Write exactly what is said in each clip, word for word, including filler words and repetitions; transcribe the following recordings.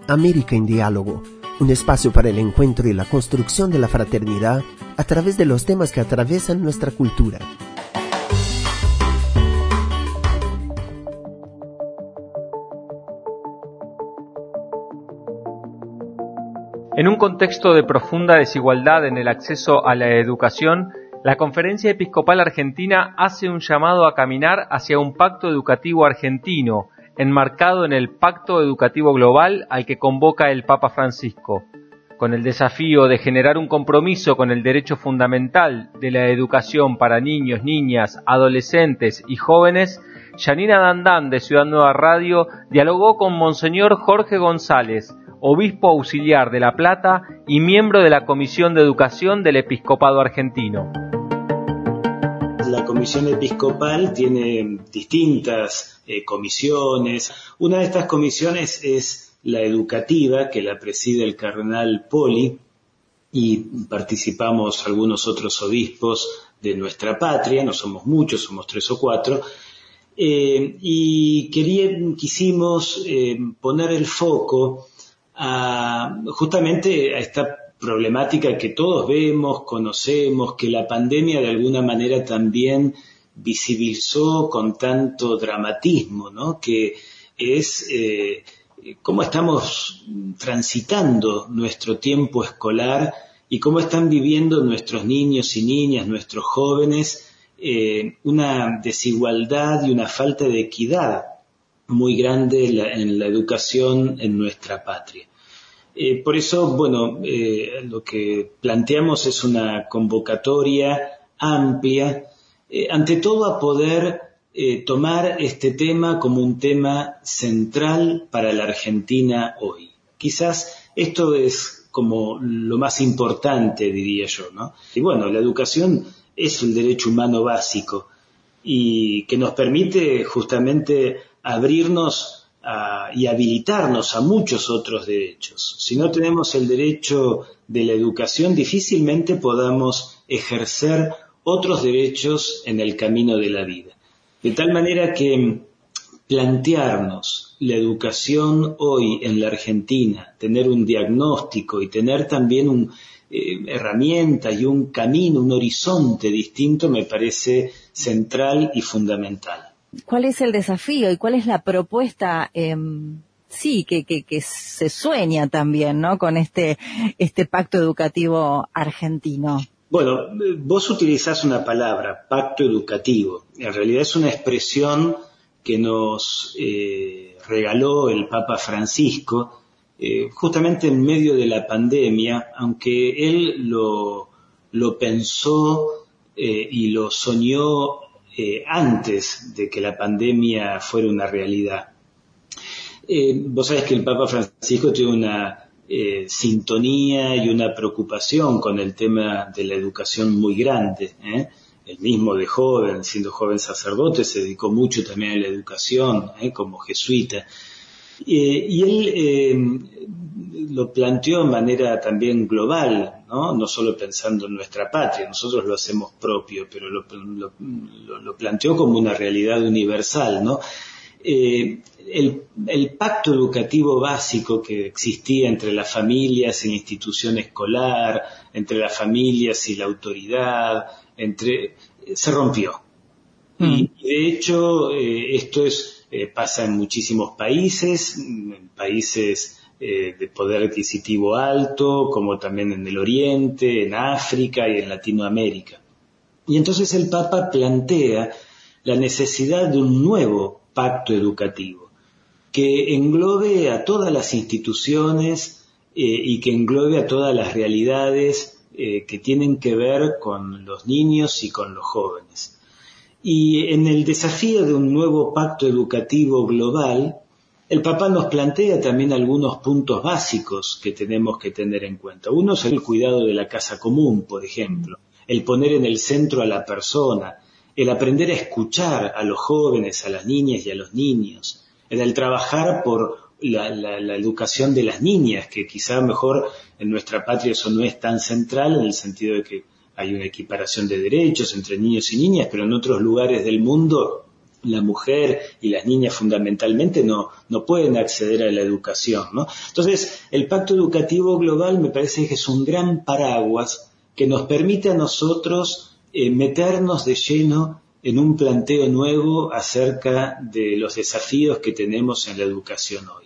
América en Diálogo, un espacio para el encuentro y la construcción de la fraternidad a través de los temas que atraviesan nuestra cultura. En un contexto de profunda desigualdad en el acceso a la educación, la Conferencia Episcopal Argentina hace un llamado a caminar hacia un pacto educativo argentino, enmarcado en el Pacto Educativo Global al que convoca el Papa Francisco, con el desafío de generar un compromiso con el derecho fundamental de la educación para niños, niñas, adolescentes y jóvenes. Yanina Dandán, de Ciudad Nueva Radio, dialogó con Monseñor Jorge González, obispo auxiliar de La Plata y miembro de la Comisión de Educación del Episcopado Argentino. La Comisión Episcopal tiene distintas eh, comisiones. Una de estas comisiones es la educativa, que la preside el cardenal Poli, y participamos algunos otros obispos de nuestra patria, no somos muchos, somos tres o cuatro, eh, y quería, quisimos eh, poner el foco a, justamente a esta problemática que todos vemos, conocemos, que la pandemia de alguna manera también visibilizó con tanto dramatismo, ¿no? Que es eh, cómo estamos transitando nuestro tiempo escolar y cómo están viviendo nuestros niños y niñas, nuestros jóvenes, eh, una desigualdad y una falta de equidad muy grande en la, en la educación en nuestra patria. Eh, por eso, bueno, eh, lo que planteamos es una convocatoria amplia, eh, ante todo a poder eh, tomar este tema como un tema central para la Argentina hoy. Quizás esto es como lo más importante, diría yo, ¿no? Y bueno, la educación es un derecho humano básico y que nos permite justamente abrirnos a, y habilitarnos a muchos otros derechos. Si no tenemos el derecho de la educación, difícilmente podamos ejercer otros derechos en el camino de la vida. De tal manera que plantearnos la educación hoy en la Argentina, tener un diagnóstico y tener también un, eh, herramientas y un camino, un horizonte distinto, me parece central y fundamental. ¿Cuál es el desafío y cuál es la propuesta, eh, sí, que, que, que se sueña también, ¿no? Con este, este pacto educativo argentino. Bueno, vos utilizás una palabra, pacto educativo. En realidad es una expresión que nos eh, regaló el Papa Francisco, eh, justamente en medio de la pandemia, aunque él lo, lo pensó eh, y lo soñó Eh, antes de que la pandemia fuera una realidad. Eh, vos sabés que el Papa Francisco tiene una eh, sintonía y una preocupación con el tema de la educación muy grande, ¿eh? Él mismo de joven, siendo joven sacerdote, se dedicó mucho también a la educación, ¿eh? Como jesuita. Eh, y él eh, lo planteó de manera también global, ¿no? No solo pensando en nuestra patria, nosotros lo hacemos propio, pero lo, lo, lo planteó como una realidad universal, ¿no? Eh, el, el pacto educativo básico que existía entre las familias y la institución escolar, entre las familias y la autoridad, entre, se rompió. Mm. Y de hecho, eh, esto es Eh, pasa en muchísimos países, en países eh, de poder adquisitivo alto, como también en el Oriente, en África y en Latinoamérica. Y entonces el Papa plantea la necesidad de un nuevo pacto educativo, que englobe a todas las instituciones eh, y que englobe a todas las realidades eh, que tienen que ver con los niños y con los jóvenes. Y en el desafío de un nuevo pacto educativo global, el Papa nos plantea también algunos puntos básicos que tenemos que tener en cuenta. Uno es el cuidado de la casa común, por ejemplo, el poner en el centro a la persona, el aprender a escuchar a los jóvenes, a las niñas y a los niños, el trabajar por la, la, la educación de las niñas, que quizá mejor en nuestra patria eso no es tan central en el sentido de que hay una equiparación de derechos entre niños y niñas, pero en otros lugares del mundo la mujer y las niñas fundamentalmente no, no pueden acceder a la educación, ¿no? Entonces, el Pacto Educativo Global me parece que es un gran paraguas que nos permite a nosotros eh, meternos de lleno en un planteo nuevo acerca de los desafíos que tenemos en la educación hoy.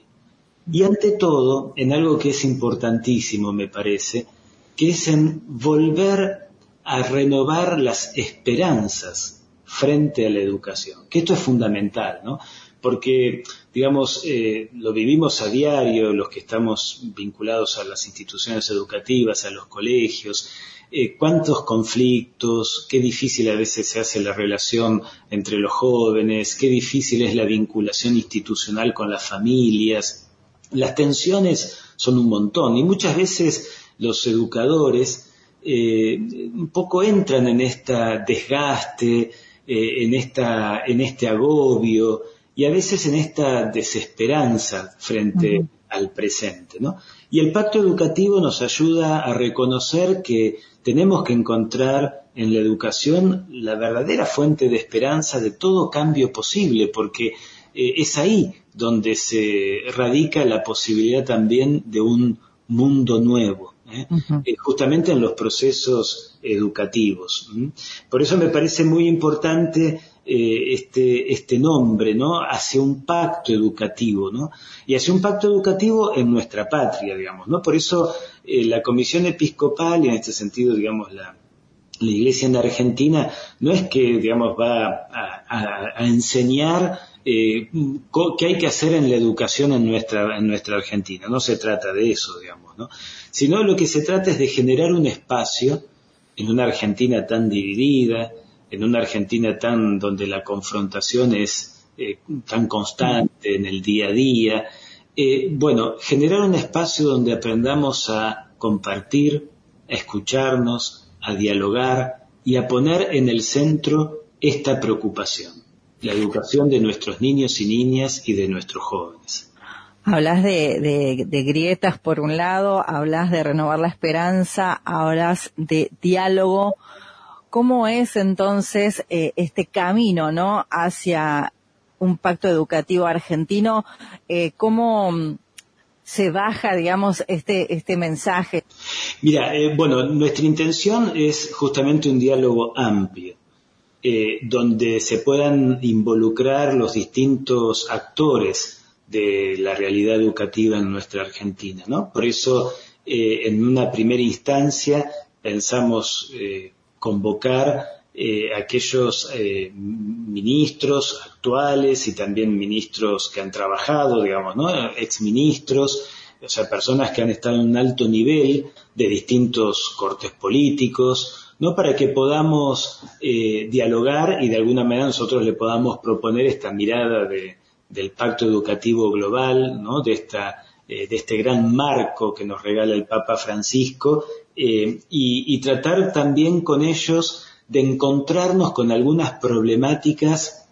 Y ante todo, en algo que es importantísimo, me parece, que es en volver a renovar las esperanzas frente a la educación, que esto es fundamental, ¿no? Porque, digamos, eh, lo vivimos a diario, los que estamos vinculados a las instituciones educativas, a los colegios, eh, cuántos conflictos, qué difícil a veces se hace la relación entre los jóvenes, qué difícil es la vinculación institucional con las familias. Las tensiones son un montón y muchas veces los educadores eh, un poco entran en este desgaste, Eh, en esta, en este agobio y a veces en esta desesperanza frente uh-huh. al presente, ¿no? Y el Pacto Educativo nos ayuda a reconocer que tenemos que encontrar en la educación la verdadera fuente de esperanza de todo cambio posible, porque eh, es ahí donde se radica la posibilidad también de un mundo nuevo. ¿Eh? Uh-huh. Eh, justamente en los procesos educativos. ¿Mm? Por eso me parece muy importante eh, este, este nombre, ¿no? Hacia un pacto educativo, ¿no? Y hacia un pacto educativo en nuestra patria, digamos, ¿no? Por eso eh, la Comisión Episcopal, y en este sentido, digamos, la, la Iglesia en Argentina, no es que, digamos, va a, a, a enseñar eh, qué hay que hacer en la educación en nuestra, en nuestra Argentina. No se trata de eso, digamos, ¿no? Sino lo que se trata es de generar un espacio en una Argentina tan dividida, en una Argentina tan donde la confrontación es eh, tan constante en el día a día. Eh, bueno, generar un espacio donde aprendamos a compartir, a escucharnos, a dialogar y a poner en el centro esta preocupación, la educación de nuestros niños y niñas y de nuestros jóvenes. Hablas de, de, de grietas por un lado, hablas de renovar la esperanza, hablas de diálogo. ¿Cómo es entonces eh, este camino, ¿no?, hacia un pacto educativo argentino? Eh, ¿Cómo se baja, digamos, este, este mensaje? Mira, eh, bueno, nuestra intención es justamente un diálogo amplio, eh, donde se puedan involucrar los distintos actores de la realidad educativa en nuestra Argentina, ¿no? Por eso, eh, en una primera instancia, pensamos eh, convocar eh, aquellos eh, ministros actuales y también ministros que han trabajado, digamos, ¿no? Exministros, o sea, personas que han estado en un alto nivel de distintos cortes políticos, ¿no? Para que podamos eh, dialogar y de alguna manera nosotros le podamos proponer esta mirada de del Pacto Educativo Global, ¿no? De esta, eh, de este gran marco que nos regala el Papa Francisco, eh, y, y tratar también con ellos de encontrarnos con algunas problemáticas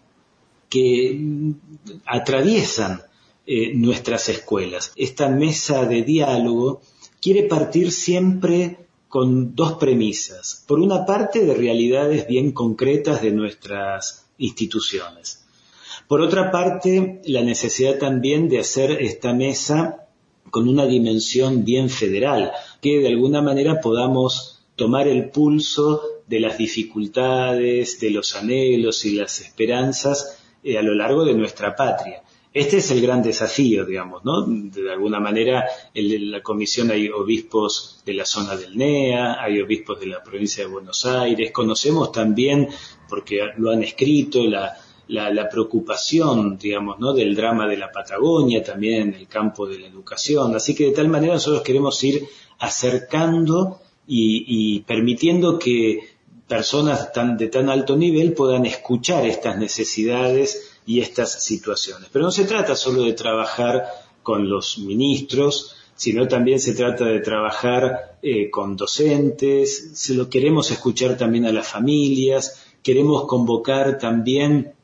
que mm, atraviesan eh, nuestras escuelas. Esta mesa de diálogo quiere partir siempre con dos premisas. Por una parte, de realidades bien concretas de nuestras instituciones. Por otra parte, la necesidad también de hacer esta mesa con una dimensión bien federal, que de alguna manera podamos tomar el pulso de las dificultades, de los anhelos y las esperanzas eh, a lo largo de nuestra patria. Este es el gran desafío, digamos, ¿no? De alguna manera, en la comisión hay obispos de la zona del N E A, hay obispos de la provincia de Buenos Aires, conocemos también, porque lo han escrito, la La, la preocupación, digamos, ¿no?, del drama de la Patagonia, también en el campo de la educación. Así que de tal manera nosotros queremos ir acercando y, y permitiendo que personas tan, de tan alto nivel puedan escuchar estas necesidades y estas situaciones. Pero no se trata solo de trabajar con los ministros, sino también se trata de trabajar eh, con docentes, se lo queremos escuchar también a las familias, queremos convocar también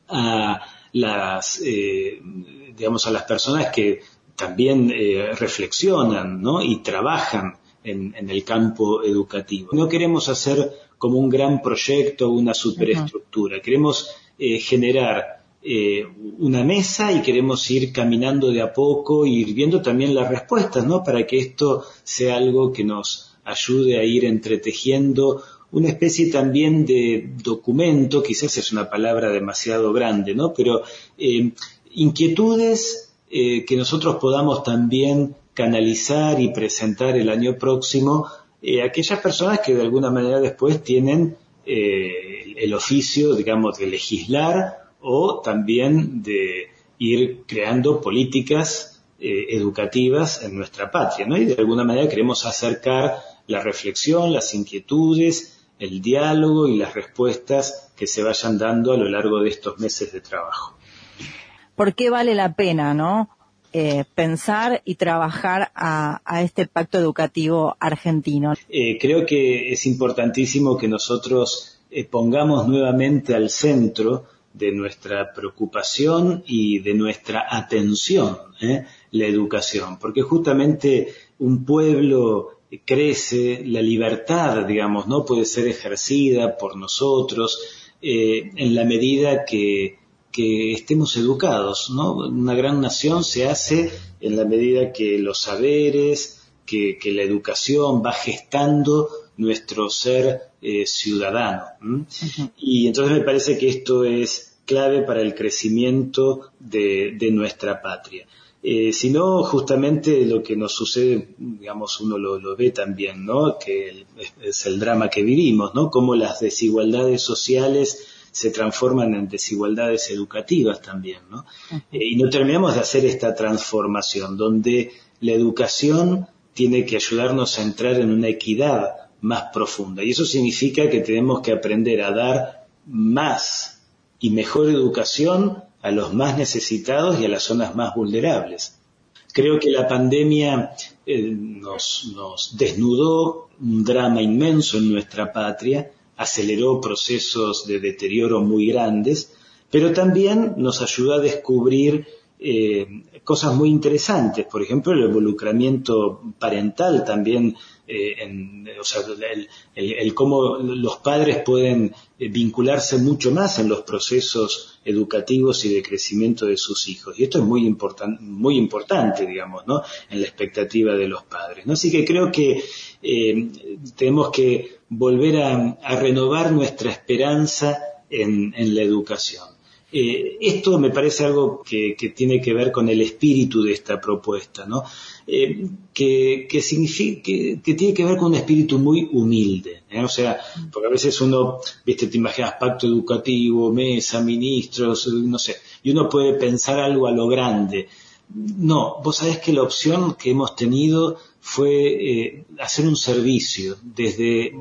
a las, eh, digamos, a las personas que también eh, reflexionan, ¿no?, y trabajan en, en el campo educativo. No queremos hacer como un gran proyecto, una superestructura. Uh-huh. Queremos eh, generar eh, una mesa y queremos ir caminando de a poco y ir viendo también las respuestas, ¿no? Para que esto sea algo que nos ayude a ir entretejiendo una especie también de documento, quizás es una palabra demasiado grande, ¿no? Pero eh, inquietudes eh, que nosotros podamos también canalizar y presentar el año próximo eh, a aquellas personas que de alguna manera después tienen eh, el oficio, digamos, de legislar o también de ir creando políticas eh, educativas en nuestra patria, ¿no? Y de alguna manera queremos acercar la reflexión, las inquietudes, el diálogo y las respuestas que se vayan dando a lo largo de estos meses de trabajo. ¿Por qué vale la pena, no? Eh, pensar y trabajar a, a este pacto educativo argentino. Eh, creo que es importantísimo que nosotros eh, pongamos nuevamente al centro de nuestra preocupación y de nuestra atención eh, la educación, porque justamente un pueblo crece, la libertad, digamos, no puede ser ejercida por nosotros eh, en la medida que que estemos educados, ¿no? Una gran nación se hace en la medida que los saberes, que, que la educación va gestando nuestro ser eh, ciudadano. Uh-huh. Y entonces me parece que esto es clave para el crecimiento de, de nuestra patria. Eh, si no, justamente lo que nos sucede, digamos, uno lo, lo ve también, ¿no? Que el, es, es el drama que vivimos, ¿no? Cómo las desigualdades sociales se transforman en desigualdades educativas también, ¿no? Eh, y no terminamos de hacer esta transformación, donde la educación tiene que ayudarnos a entrar en una equidad más profunda. Y eso significa que tenemos que aprender a dar más y mejor educación a los más necesitados y a las zonas más vulnerables. Creo que la pandemia eh, nos, nos desnudó un drama inmenso en nuestra patria, aceleró procesos de deterioro muy grandes, pero también nos ayudó a descubrir eh, cosas muy interesantes, por ejemplo el involucramiento parental también, eh, en, o sea, el, el, el cómo los padres pueden eh, vincularse mucho más en los procesos educativos y de crecimiento de sus hijos, y esto es muy important, muy importante, digamos, ¿no? En la expectativa de los padres, ¿no? Así que creo que eh, tenemos que volver a, a renovar nuestra esperanza en, en la educación. Eh, esto me parece algo que, que tiene que ver con el espíritu de esta propuesta, ¿no? Eh, que, que, significa, que, que tiene que ver con un espíritu muy humilde, ¿eh? O sea, porque a veces uno, viste, te imaginas pacto educativo, mesa, ministros, no sé, y uno puede pensar algo a lo grande. No, vos sabés que la opción que hemos tenido fue eh, hacer un servicio desde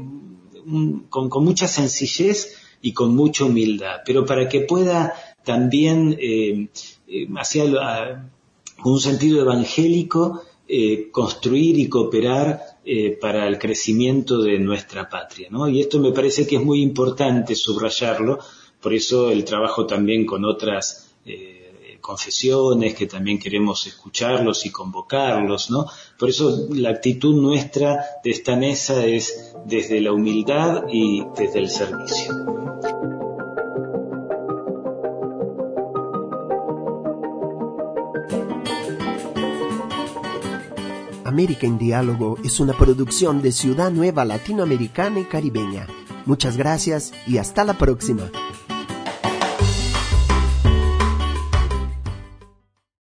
un, con, con mucha sencillez y con mucha humildad, pero para que pueda también eh, eh, hacia uh, con un sentido evangélico eh, construir y cooperar eh, para el crecimiento de nuestra patria, ¿no? Y esto me parece que es muy importante subrayarlo, por eso el trabajo también con otras eh, confesiones, que también queremos escucharlos y convocarlos, ¿no? Por eso la actitud nuestra de esta mesa es desde la humildad y desde el servicio. América en Diálogo es una producción de Ciudad Nueva Latinoamericana y Caribeña. Muchas gracias y hasta la próxima.